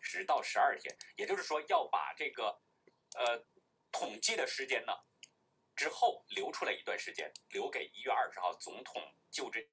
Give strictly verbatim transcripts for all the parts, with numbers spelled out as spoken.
十到十二天，也就是说要把这个呃统计的时间呢之后留出来一段时间，留给一月二十号总统就职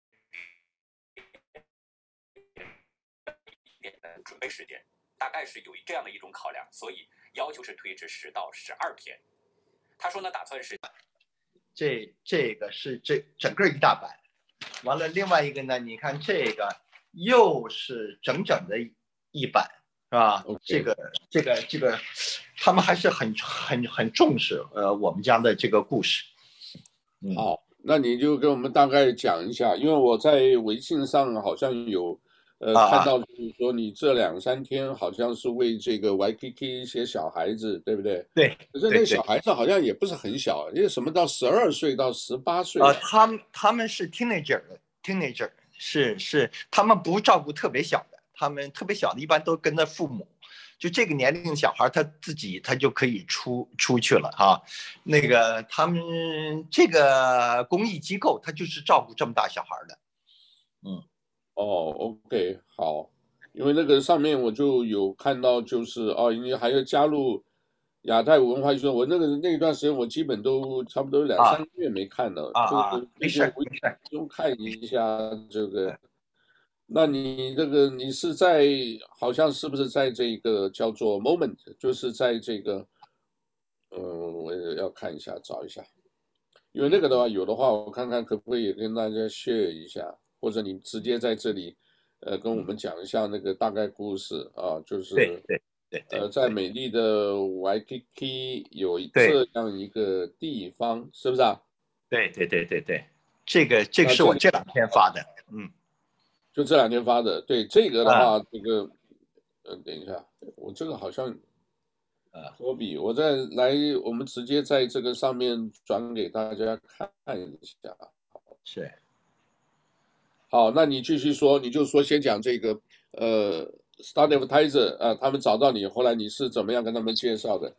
的准备时间，大概是有这样的一种考量，所以要求是推迟十到十二天。他说呢，打算是这这个是这整个一大版，完了另外一个呢，你看这个又是整整的一版，是吧？ Okay. 这个这个这个，他们还是很很很重视呃我们家的这个故事。 嗯、好，那你就跟我们大概讲一下，因为我在微信上好像有。呃， 啊、 看到就是说你这两三天好像是为这个 Y K K 一些小孩子，对不对？ 对。 可是那小孩子好像也不是很小，因为什么到十二岁到十八岁。 呃，他们他们是 teenager 的 teenager， 是是，他们不照顾特别小的，他们特别小的一般都跟着父母，就这个年龄的小孩他自己他就可以出出去了啊。那个他们这个公益机构他就是照顾这么大小孩的，嗯。 哦 ，OK， 好，因为那个上面我就有看到，就是哦，因为还要加入亚太文化艺术，我那个那一段时间我基本都差不多两三个月没看了， 啊啊， 就没事没事， 就看一下这个。那你这个你是在好像是不是在这个叫做 Moment， 就是在这个，呃，我也要看一下找一下，因为那个的话有的话，我看看可不可以跟大家 share 一下。或者你直接在这里，呃，跟我们讲一下那个大概故事啊，就是对对对对， 呃，在美丽的 Y K K 有这样一个地方，是不是啊？ 对对对对对，这个这个是我这两天发的，嗯， 就这两天发的。对这个的话，啊、这个，呃，等一下，我这个好像，呃，科比，我再来，我们直接在这个上面转给大家看一下， 是。 好，那你继续说，你就说先讲这个，呃 ，Start Advertiser 啊，他们找到你，后来你是怎么样跟他们介绍的？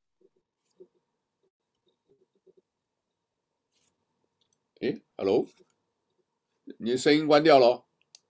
诶 ，Hello， 你的声音关掉了。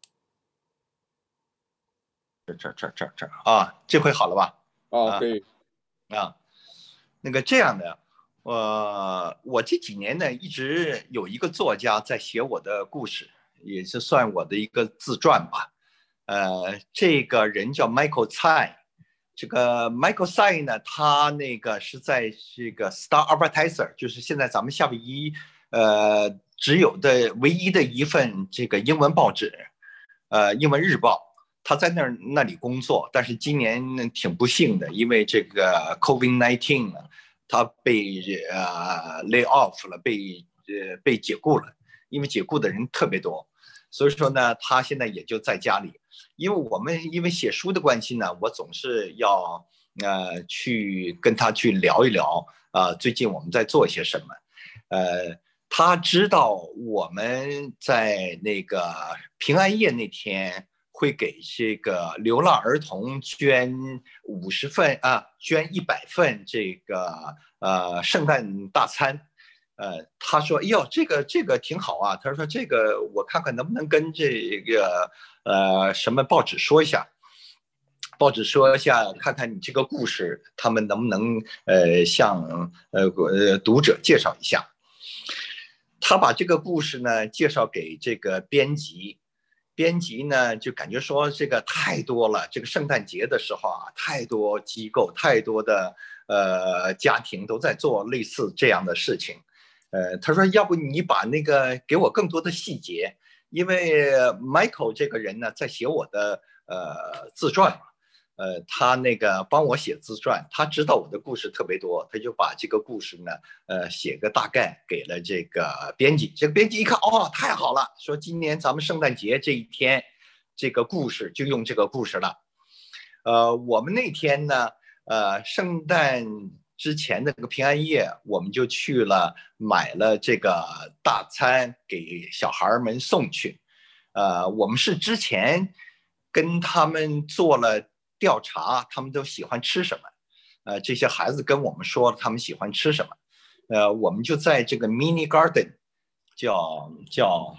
这这这这这啊，这回好了吧？ 啊，可以。 啊，那个这样的，呃，我这几年呢，一直有一个作家在写我的故事。也是算我的一个自传吧，呃，这个人叫 Michael Tsai， 这个 Michael Tsai 呢，他那个是在这个 Star Advertiser， 就是现在咱们夏威夷呃只有的唯一的一份这个英文报纸，呃，英文日报，他在那儿那里工作，但是今年挺不幸的，因为这个 COVID 十九 呢，他被呃 lay off 了，被呃被解雇了，因为解雇的人特别多。所以说呢，他现在也就在家里，因为我们因为写书的关系呢，我总是要呃去跟他去聊一聊啊、呃，最近我们在做些什么，呃，他知道我们在那个平安夜那天会给这个流浪儿童捐五十份啊，捐一百份这个呃圣诞大餐。呃，他说：“哎呦，这个这个挺好啊。”他说：“这个我看看能不能跟这个呃什么报纸说一下，报纸说一下，看看你这个故事，他们能不能呃向呃呃读者介绍一下。”他把这个故事呢介绍给这个编辑，编辑呢就感觉说这个太多了，这个圣诞节的时候啊，太多机构、太多的呃家庭都在做类似这样的事情。呃，他说：“要不你把那个给我更多的细节，因为 Michael 这个人呢，在写我的呃自传嘛，呃，他那个帮我写自传，他知道我的故事特别多，他就把这个故事呢，呃，写个大概给了这个编辑。这个编辑一看，哦，太好了，说今年咱们圣诞节这一天，这个故事就用这个故事了。呃，我们那天呢，呃，圣诞之前的这个平安夜，我们就去了买了这个大餐给小孩们送去。呃，我们是之前跟他们做了调查，他们都喜欢吃什么。呃，这些孩子跟我们说他们喜欢吃什么。呃，我们就在这个 mini garden， 叫叫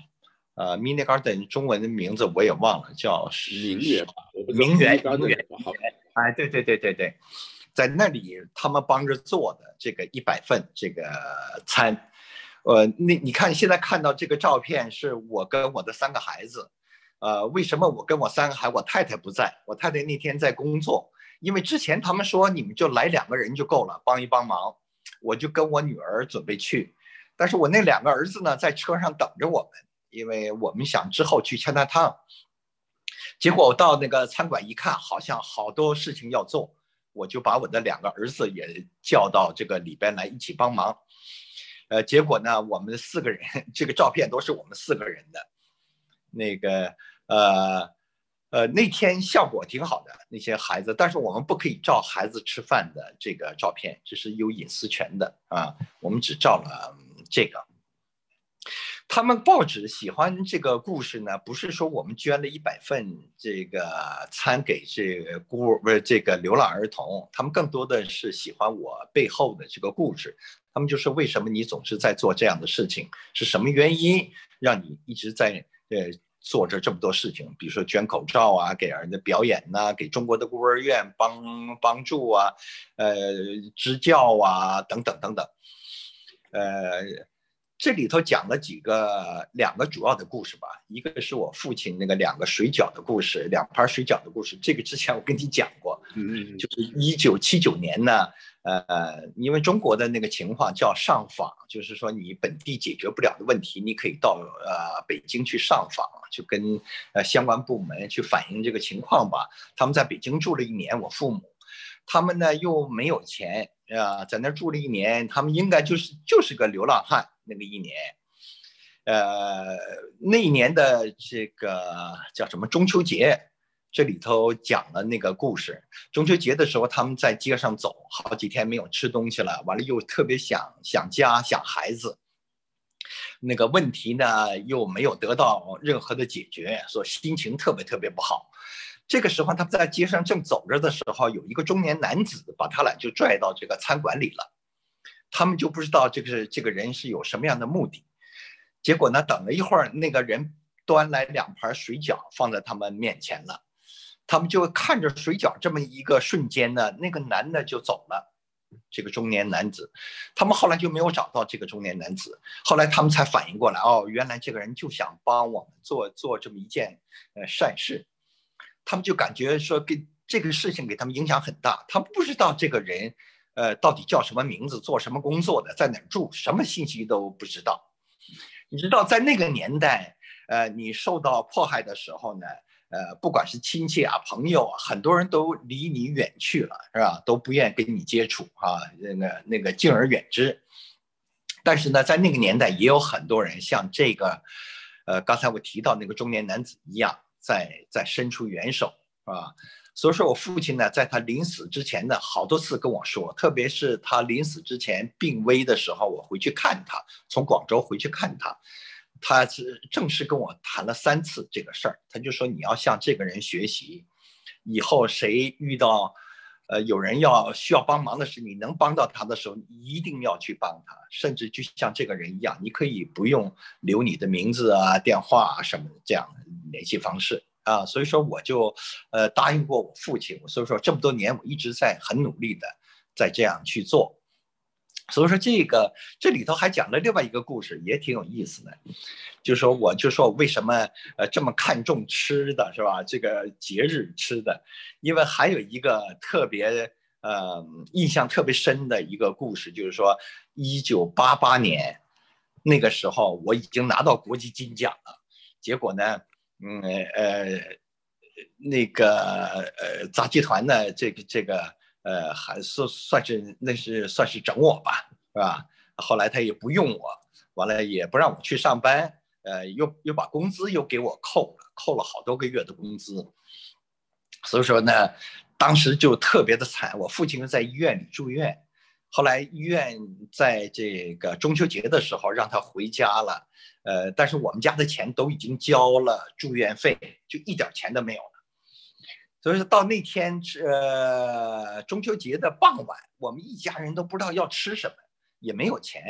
呃 ，Mini Garden 中文的名字我也忘了，叫名媛吧，我不知道名媛 Mini Garden 名媛好， 哎，对对对对对，在那里他们帮着做的这个一百份这个餐，呃，那你看现在看到这个照片是我跟我的三个孩子，呃，为什么我跟我三个孩子，我太太不在，我太太那天在工作，因为之前他们说你们就来两个人就够了，帮一帮忙，我就跟我女儿准备去，但是我那两个儿子呢在车上等着我们，因为我们想之后去Chinatown。结果我到那个餐馆一看，好像好多事情要做，我就把我的两个儿子也叫到这个里边来一起帮忙。呃，结果呢，我们四个人，这个照片都是我们四个人的。那个呃呃，那天效果挺好的，那些孩子，但是我们不可以照孩子吃饭的这个照片，这是有隐私权的啊，我们只照了这个。他们报纸喜欢这个故事呢，不是说我们捐了一百份这个餐给这个孤不是这个流浪儿童，他们更多的是喜欢我背后的这个故事。他们就是为什么你总是在做这样的事情，是什么原因让你一直在呃做着这么多事情？比如说捐口罩啊，给儿子表演呐、啊，给中国的孤儿院帮帮助啊，呃支教啊等等等等，呃。这里头讲了几个两个主要的故事吧，一个是我父亲那个两个水饺的故事，两盘水饺的故事。这个之前我跟你讲过， 嗯， 就是一九七九年呢，呃，因为中国的那个情况叫上访，就是说你本地解决不了的问题，你可以到呃北京去上访，去跟呃相关部门去反映这个情况吧。他们在北京住了一年，我父母。他们呢又没有钱啊，在那住了一年，他们应该就是就是个流浪汉。那个一年，呃，那一年的这个叫什么中秋节，这里头讲了那个故事。中秋节的时候，他们在街上走，好几天没有吃东西了，完了又特别想想家，想孩子。那个问题呢又没有得到任何的解决，所以心情特别特别不好。这个时候他们在街上正走着的时候，有一个中年男子把他俩就拽到这个餐馆里了。他们就不知道这个这个人是有什么样的目的。结果呢，等了一会儿，那个人端来两盘水饺放在他们面前了。他们就看着水饺这么一个瞬间呢，那个男的就走了，这个中年男子。他们后来就没有找到这个中年男子，后来他们才反应过来，哦，原来这个人就想帮我们做做这么一件呃善事。他们就感觉说给这个事情给他们影响很大，他们不知道这个人呃到底叫什么名字，做什么工作的，在哪儿住，什么信息都不知道。你知道在那个年代，呃，你受到迫害的时候呢，呃，不管是亲戚啊、朋友啊，很多人都离你远去了，是吧？都不愿意跟你接触啊，那个那个敬而远之。但是呢，在那个年代，也有很多人像这个，呃，刚才我提到那个中年男子一样，在在伸出援手啊。所以说我父亲呢，在他临死之前呢，好多次跟我说，特别是他临死之前病危的时候，我回去看他，从广州回去看他，他是正式跟我谈了三次这个事儿。他就说你要向这个人学习，以后谁遇到呃有人要需要帮忙的时候，你能帮到他的时候，你一定要去帮他，甚至就像这个人一样，你可以不用留你的名字啊、电话啊什么的这样的联系方式。啊，所以说我就，呃，答应过我父亲，所以说这么多年我一直在很努力的在这样去做，所以说这个这里头还讲了另外一个故事，也挺有意思的，就说我就说为什么呃这么看重吃的是吧？这个节日吃的，因为还有一个特别呃印象特别深的一个故事，就是说一九八八年那个时候我已经拿到国际金奖了，结果呢。嗯呃，那个呃杂技团呢，这个这个呃还算算是那是算是整我吧，是吧？后来他也不用我，完了也不让我去上班，呃，又又把工资又给我扣了，扣了好多个月的工资。所以说呢，当时就特别的惨。我父亲在医院里住院，后来医院在这个中秋节的时候让他回家了。呃，但是我们家的钱都已经交了住院费，就一点钱都没有了。所以说到那天，呃，中秋节的傍晚，我们一家人都不知道要吃什么，也没有钱。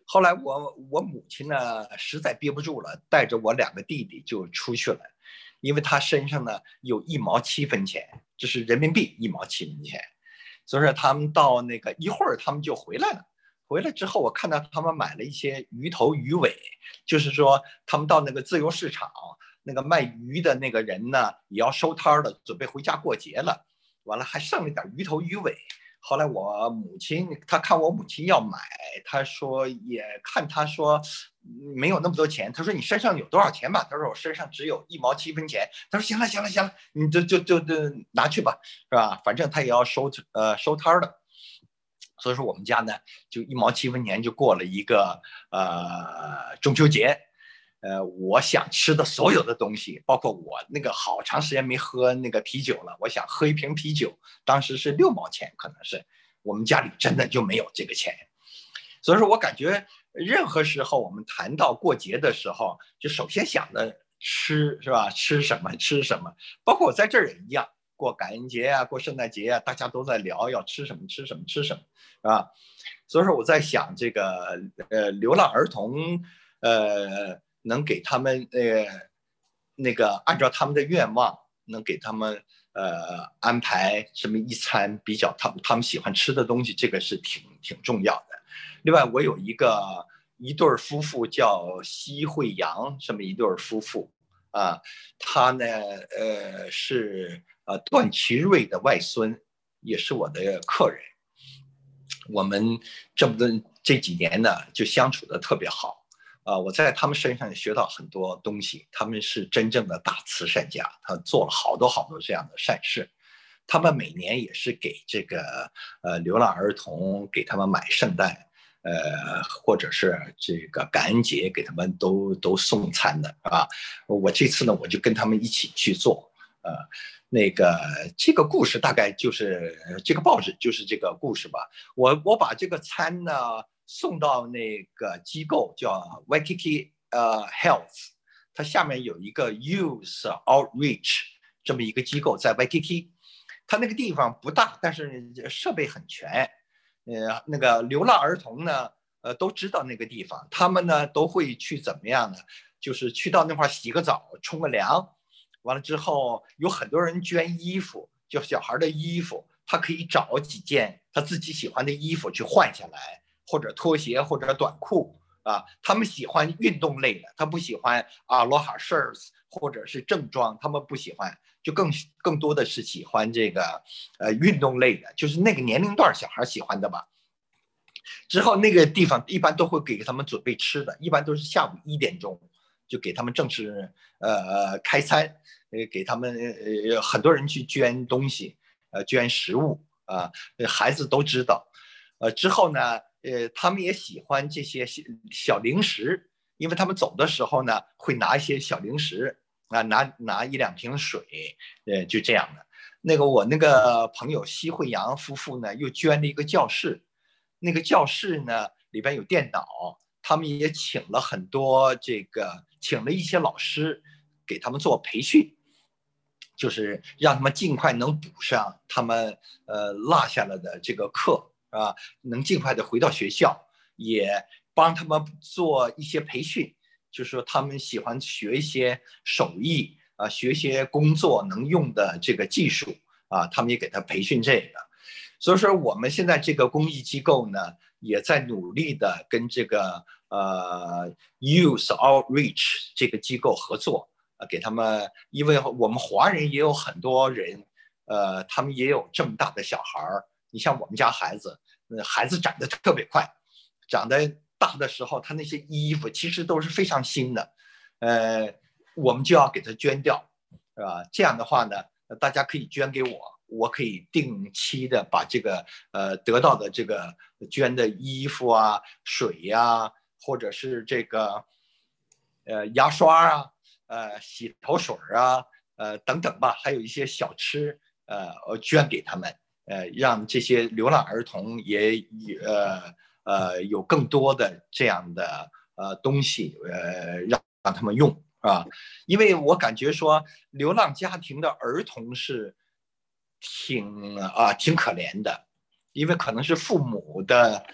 后来我我母亲呢实在憋不住了，带着我两个弟弟就出去了，因为他身上呢有一毛七分钱，这是人民币一毛七分钱，所以说他们到那个一会儿他们就回来了。回来之后，我看到他们买了一些鱼头鱼尾，就是说他们到那个自由市场，那个卖鱼的那个人呢也要收摊了，准备回家过节了。完了还剩了点鱼头鱼尾。后来我母亲，她看我母亲要买，她说也看她说没有那么多钱，她说你身上有多少钱吧？她说我身上只有一毛七分钱。她说行了行了行了，你就就就就拿去吧，是吧？反正她也要收呃收摊的。所以说我们家呢就一毛七分钱就过了一个呃中秋节。呃，我想吃的所有的东西，包括我那个好长时间没喝那个啤酒了，我想喝一瓶啤酒，当时是六毛钱，可能是我们家里真的就没有这个钱。所以说我感觉任何时候我们谈到过节的时候，就首先想的吃，是吧？吃什么吃什么，包括我在这儿也一样，过感恩节啊，过圣诞节啊，大家都在聊要吃什么吃什么吃什么，是吧？所以说我在想这个呃流浪儿童，呃能给他们呃那个按照他们的愿望，能给他们呃安排什么一餐比较他们他们喜欢吃的东西，这个是挺挺重要的。另外我有一个一对夫妇叫奚慧阳，这么一对夫妇啊，他呢呃是呃段祺瑞的外孙，也是我的客人。我们这么多这几年呢，就相处的特别好，啊、呃，我在他们身上也学到很多东西。他们是真正的大慈善家，他做了好多好多这样的善事。他们每年也是给这个呃流浪儿童给他们买圣诞，呃，或者是这个感恩节给他们都都送餐的啊。我这次呢，我就跟他们一起去做，呃。那个这个故事大概就是这个报纸就是这个故事吧。我我把这个餐呢送到那个机构叫 Waikiki 呃 Health， 它下面有一个 Youth Outreach 这么一个机构在 Waikiki， 它那个地方不大，但是设备很全。呃，那个流浪儿童呢，呃都知道那个地方，他们呢都会去怎么样呢？就是去到那块洗个澡，冲个凉。完了之后，有很多人捐衣服，就小孩的衣服，他可以找几件他自己喜欢的衣服去换下来，或者拖鞋，或者短裤啊。他们喜欢运动类的，他不喜欢啊罗哈 shirts 或者是正装，他们不喜欢，就更更多的是喜欢这个呃运动类的，就是那个年龄段小孩喜欢的吧。之后那个地方一般都会给他们准备吃的，一般都是下午一点钟。就给他们正式呃开餐，呃给他们呃很多人去捐东西，呃捐食物啊、呃，孩子都知道。呃之后呢，呃他们也喜欢这些小零食，因为他们走的时候呢会拿一些小零食啊，拿拿一两瓶水，呃就这样的。那个我那个朋友奚慧阳夫妇呢又捐了一个教室，那个教室呢里边有电脑。他们也请了很多这个，请了一些老师给他们做培训，就是让他们尽快能补上他们呃落下了的这个课啊，能尽快的回到学校，也帮他们做一些培训，就是说他们喜欢学一些手艺啊，学一些工作能用的这个技术啊，他们也给他培训这个。所以说我们现在这个公益机构呢，也在努力的跟这个呃 Youth Outreach 这个机构合作，呃，给他们，因为我们华人也有很多人，呃，他们也有这么大的小孩儿。你像我们家孩子，呃，孩子长得特别快，长得大的时候，他那些衣服其实都是非常新的，呃，我们就要给他捐掉，是吧？这样的话呢，大家可以捐给我。我可以定期的把这个呃得到的这个捐的衣服啊、水呀、啊，或者是这个呃牙刷啊、呃洗头水啊、呃等等吧，还有一些小吃呃捐给他们，呃让这些流浪儿童也呃呃有更多的这样的呃东西呃让让他们用啊，因为我感觉说流浪家庭的儿童是。挺啊，挺可怜的，因为可能是父母的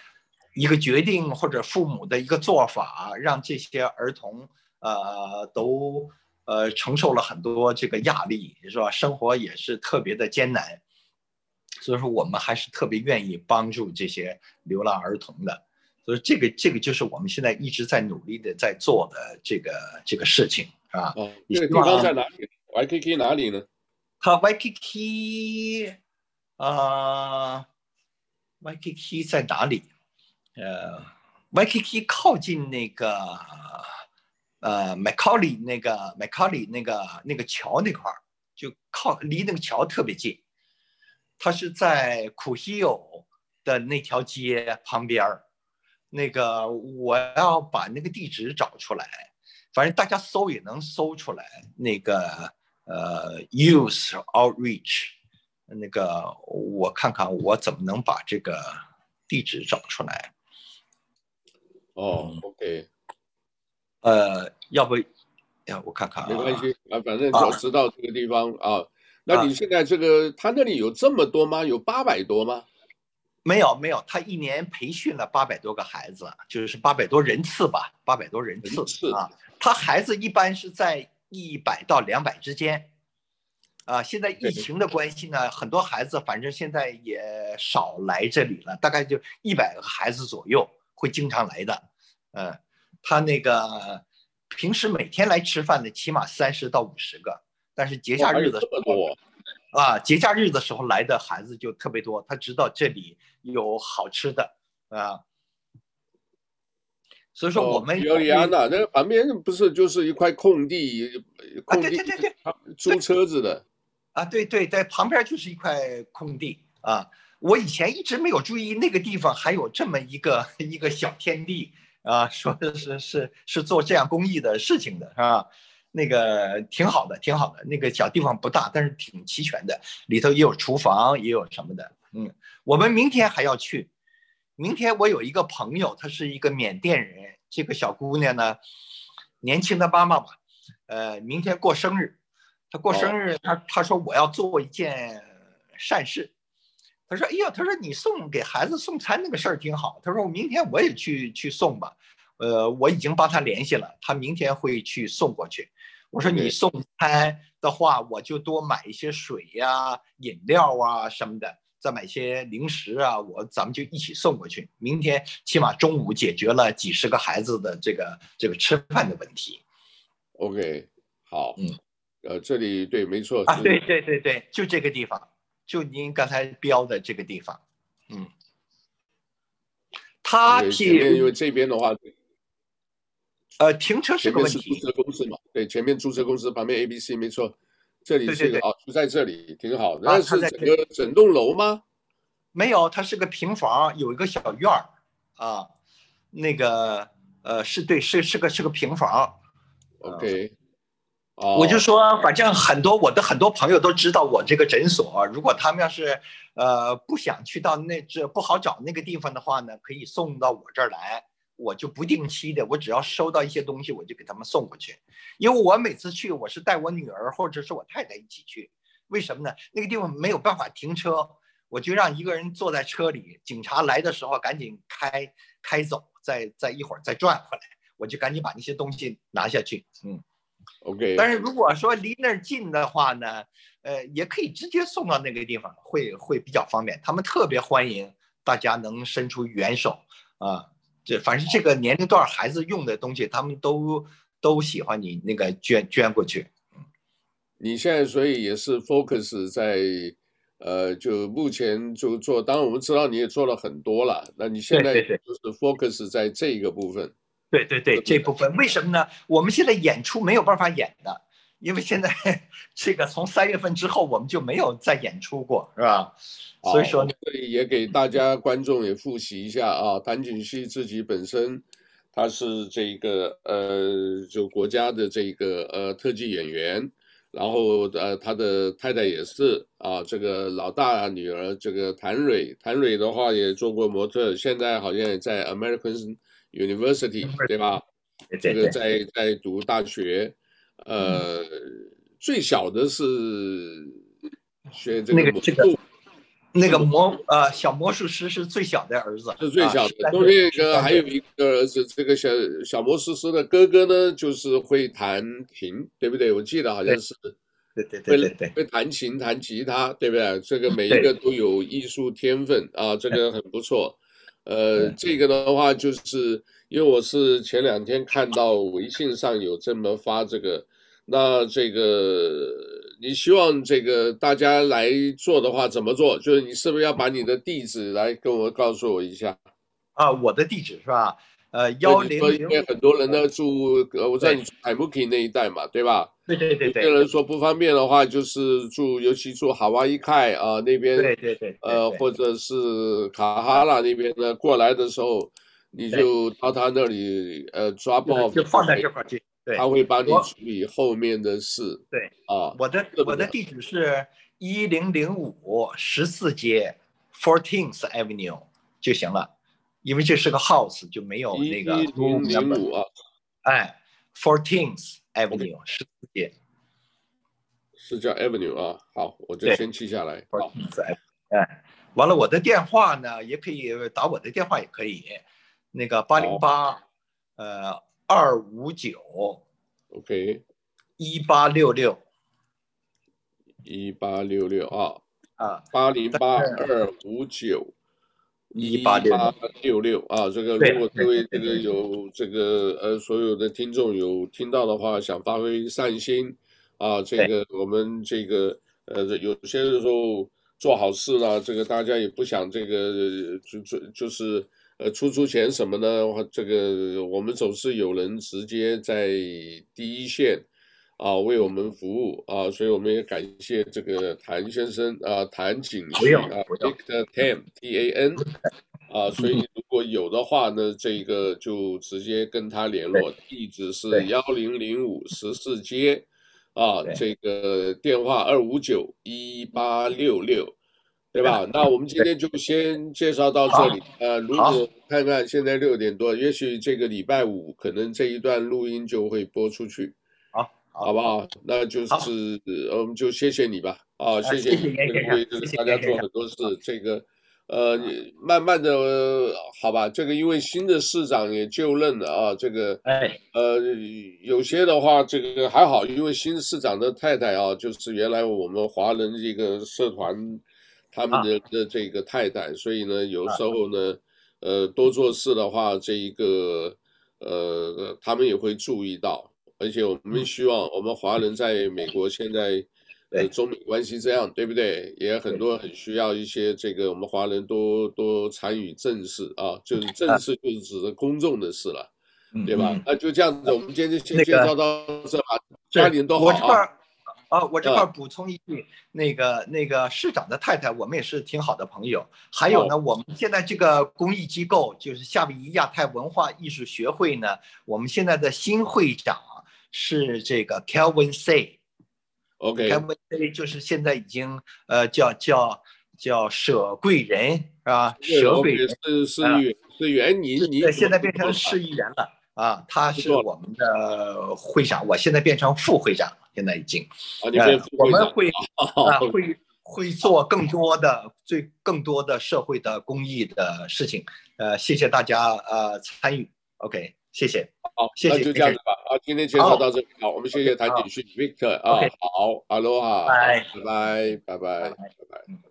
一个决定或者父母的一个做法，让这些儿童呃都呃承受了很多这个压力，是吧？生活也是特别的艰难，所以说我们还是特别愿意帮助这些流浪儿童的。所以这个这个就是我们现在一直在努力的在做的这个这个事情啊。 哦，这个地方在哪里 ？Y K K 哪里呢？ 它 Y K K 啊 ，Y K K 在哪里？呃 ，Y K K 靠近那个呃 Macaulay 那个 Macaulay 那个那个桥那块儿，就靠离那个桥特别近。它是在 Kuhio 的那条街旁边儿。那个我要把那个地址找出来，反正大家搜也能搜出来。那个呃 Youth Outreach， 那个我看看我怎么能把这个地址找出来。 哦 ，OK， 呃，要不呀，我看看啊， 没关系啊，反正就知道这个地方啊。那你现在这个他那里有这么多吗？有八百多吗？ 没有没有，他一年培训了八百多个孩子，就是八百多人次吧，八百多人次啊。他孩子一般是在一百到两百之间，啊，现在疫情的关系呢，很多孩子反正现在也少来这里了，大概就一百个孩子左右会经常来的。嗯，他那个平时每天来吃饭的起码三十到五十个，但是节假日的时候。啊，节假日的时候来的孩子就特别多，他知道这里有好吃的啊，所以说我们尤里安娜那旁边不是就是一块空地，空地啊，对对对对， 租车子的啊，对对对，旁边就是一块空地啊。我以前一直没有注意那个地方还有这么一个一个小天地啊，说的是是是做这样公益的事情的，是吧？那个挺好的，挺好的。那个小地方不大，但是挺齐全的，里头也有厨房，也有什么的。嗯，我们明天还要去。明天我有一个朋友，她是一个缅甸人，这个小姑娘呢，年轻的妈妈吧，呃，明天过生日。她过生日，她她说我要做一件善事。她说：“哎呀，她说你送给孩子送餐那个事儿挺好。”她说：“我明天我也去去送吧。”呃，我已经帮她联系了，她明天会去送过去。我说你送餐的话，我就多买一些水呀、啊、饮料啊什么的，再买些零食啊，我咱们就一起送过去。明天起码中午解决了几十个孩子的这个这个吃饭的问题。 OK， 好， 嗯， 呃，这里对，没错啊，对对对对，就这个地方，就您刚才标的这个地方，嗯，他前面因为这边的话。 呃，停车是个问题。 前面是租车公司嘛？对，前面租车公司旁边 A B C 没错，这里是一个哦，就在这里挺好。那是整个整栋楼吗？ 没有，它是个平房，有一个小院儿啊。那个呃，是对，是是个是个平房。 OK， 哦，我就说，反正很多我的很多朋友都知道我这个诊所，如果他们要是呃不想去到那这不好找那个地方的话呢，可以送到我这儿来。我就不定期的，我只要收到一些东西，我就给他们送过去。因为我每次去，我是带我女儿或者是我太太一起去。为什么呢？那个地方没有办法停车，我就让一个人坐在车里，警察来的时候赶紧开开走，再再一会儿再转回来，我就赶紧把那些东西拿下去。嗯 ，OK。 但是如果说离那儿近的话呢，呃，也可以直接送到那个地方，会会比较方便。他们特别欢迎大家能伸出援手啊。这反正这个年龄段孩子用的东西，他们都都喜欢你那个捐捐过去。 你现在所以也是 focus 在呃，就目前就做，当然我们知道你也做了很多了，那你现在就是 focus 在这个部分。 对对对，这部分为什么呢？我们现在演出没有办法演的，因为现在这个从三月份之后我们就没有再演出过，是吧？所以说这里也给大家观众也复习一下啊，谭锦熙自己本身他是这个呃，就国家的这个呃特技演员，然后呃他的太太也是啊，这个老大女儿这个谭蕊，谭蕊的话也做过模特，现在好像也在 American University 对吧？这个在在读大学，呃，最小的是学这个魔术。 那个魔呃小魔术师是最小的儿子， 是最小的。 啊、 中间一个还有一个儿子，这个小小魔术师的哥哥呢，就是会弹琴，对不对？我记得好像是。 对对对对对， 会弹琴、弹吉他，对不对？这个每一个都有艺术天分啊，这个很不错。呃，这个的话，就是因为我是前两天看到微信上有这么发这个，那这个你希望这个大家来做的话怎么做？就是你是不是要把你的地址来跟我告诉我一下？ 啊，我的地址是吧？呃，幺零零， 因为很多人呢住，呃，我知道你住海姆基那一带嘛，对吧？ 对对对对。 有些人说不方便的话，就是住，尤其住夏威夷凯啊那边， 对对对， 呃，或者是卡哈拉那边呢，过来的时候，你就到他那里，呃，drop off， 就放在这块去，对， 他会帮你处理后面的事。 对啊， 我的我的地址是一零零五十四街 Fourteenth Avenue 就行了。因为这是个 house， 就没有那个一零零五啊， 哎 ，Fourteenth Avenue 十四街， 是叫 Avenue 啊。好，我就先记下来。好， 哎，完了，我的电话呢，也可以打我的电话，也可以，那个八零八呃二五九 ，OK， 一八六六一八六六啊啊， 八零八二五九。 一八六六啊，这个如果各位这个有这个呃所有的听众有听到的话，想发挥善心啊，这个我们这个呃有些时候做好事呢，这个大家也不想这个就就就是呃出出钱什么呢？这个我们总是有人直接在第一线啊为我们服务啊，所以我们也感谢这个谭先生啊，谭景旭啊 ，Victor Tam T A N 啊，所以如果有的话呢，这个就直接跟他联络，地址是幺零零五十四街啊，这个电话二五九一八六六，对吧？那我们今天就先介绍到这里。呃，如果看看现在六点多，也许这个礼拜五可能这一段录音就会播出去。 好， 好不好？那就是我们就谢谢你吧。啊，谢谢你，为这个大家做很多事。这个，呃，慢慢的，好吧。这个因为新的市长也就任了啊，这个， 哎， 呃，有些的话，这个还好，因为新市长的太太啊，就是原来我们华人这个社团他们的的这个太太，所以呢，有时候呢，呃，多做事的话，这一个，呃，他们也会注意到。而且我们希望我们华人在美国现在，呃，中美关系这样，对不对？也很多很需要一些这个我们华人多多参与政事啊，就是政事就是指的公众的事了，对吧？那就这样子，我们今天就先介绍到这吧。家里都好啊。 啊，我这块补充一句，那个那个市长的太太，我们也是挺好的朋友。还有呢，我们现在这个公益机构就是夏威夷亚太文化艺术学会呢，我们现在的新会长是这个 Kelvin Say。OK，Kelvin Say 就是现在已经呃叫叫叫舍贵人是吧？舍贵人是是员是员，你你对，现在变成市议员了啊，他是我们的会长，我现在变成副会长。现在已经， 呃， 我们会啊会会做更多的最更多的社会的公益的事情，呃，谢谢大家呃参与 ，OK， 谢谢， 好， 谢谢， 那就这样子吧，啊，今天介绍到这里，好，我们谢谢谭景旭 Victor 啊，好 ，Aloha，拜拜，拜拜，拜拜，拜拜。